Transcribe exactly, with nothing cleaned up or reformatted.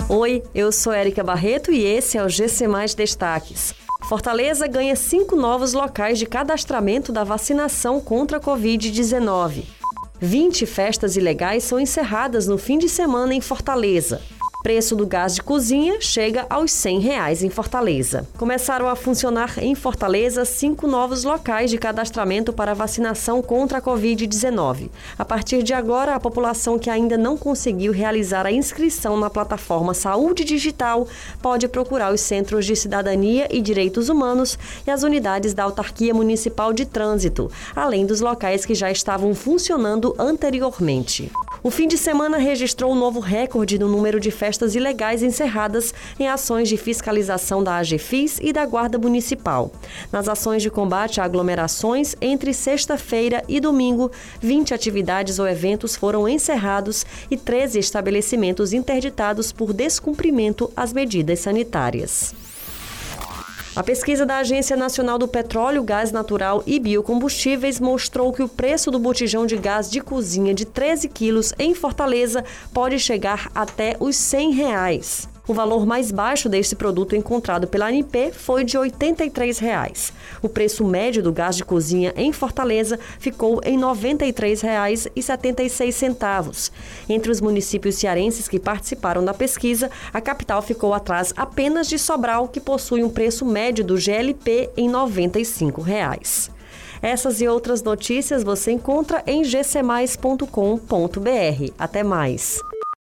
Oi, eu sou Érica Barreto e esse é o G C Mais Destaques. Fortaleza ganha cinco novos locais de cadastramento da vacinação contra a covid dezenove. vinte festas ilegais são encerradas no fim de semana em Fortaleza. Preço do gás de cozinha chega aos cem reais em Fortaleza. Começaram a funcionar em Fortaleza cinco novos locais de cadastramento para vacinação contra a covid dezenove. A partir de agora, a população que ainda não conseguiu realizar a inscrição na plataforma Saúde Digital pode procurar os Centros de Cidadania e Direitos Humanos e as unidades da Autarquia Municipal de Trânsito, além dos locais que já estavam funcionando anteriormente. O fim de semana registrou um novo recorde no número de festas ilegais encerradas em ações de fiscalização da AGFIS e da Guarda Municipal. Nas ações de combate a aglomerações, entre sexta-feira e domingo, vinte atividades ou eventos foram encerrados e treze estabelecimentos interditados por descumprimento às medidas sanitárias. A pesquisa da Agência Nacional do Petróleo, Gás Natural e Biocombustíveis mostrou que o preço do botijão de gás de cozinha de treze quilos em Fortaleza pode chegar até os cem reais. O valor mais baixo deste produto encontrado pela A N P foi de oitenta e três reais. O preço médio do gás de cozinha em Fortaleza ficou em noventa e três reais e setenta e seis centavos. Entre os municípios cearenses que participaram da pesquisa, a capital ficou atrás apenas de Sobral, que possui um preço médio do G L P em noventa e cinco reais. Essas e outras notícias você encontra em g c mais ponto com ponto b r. Até mais!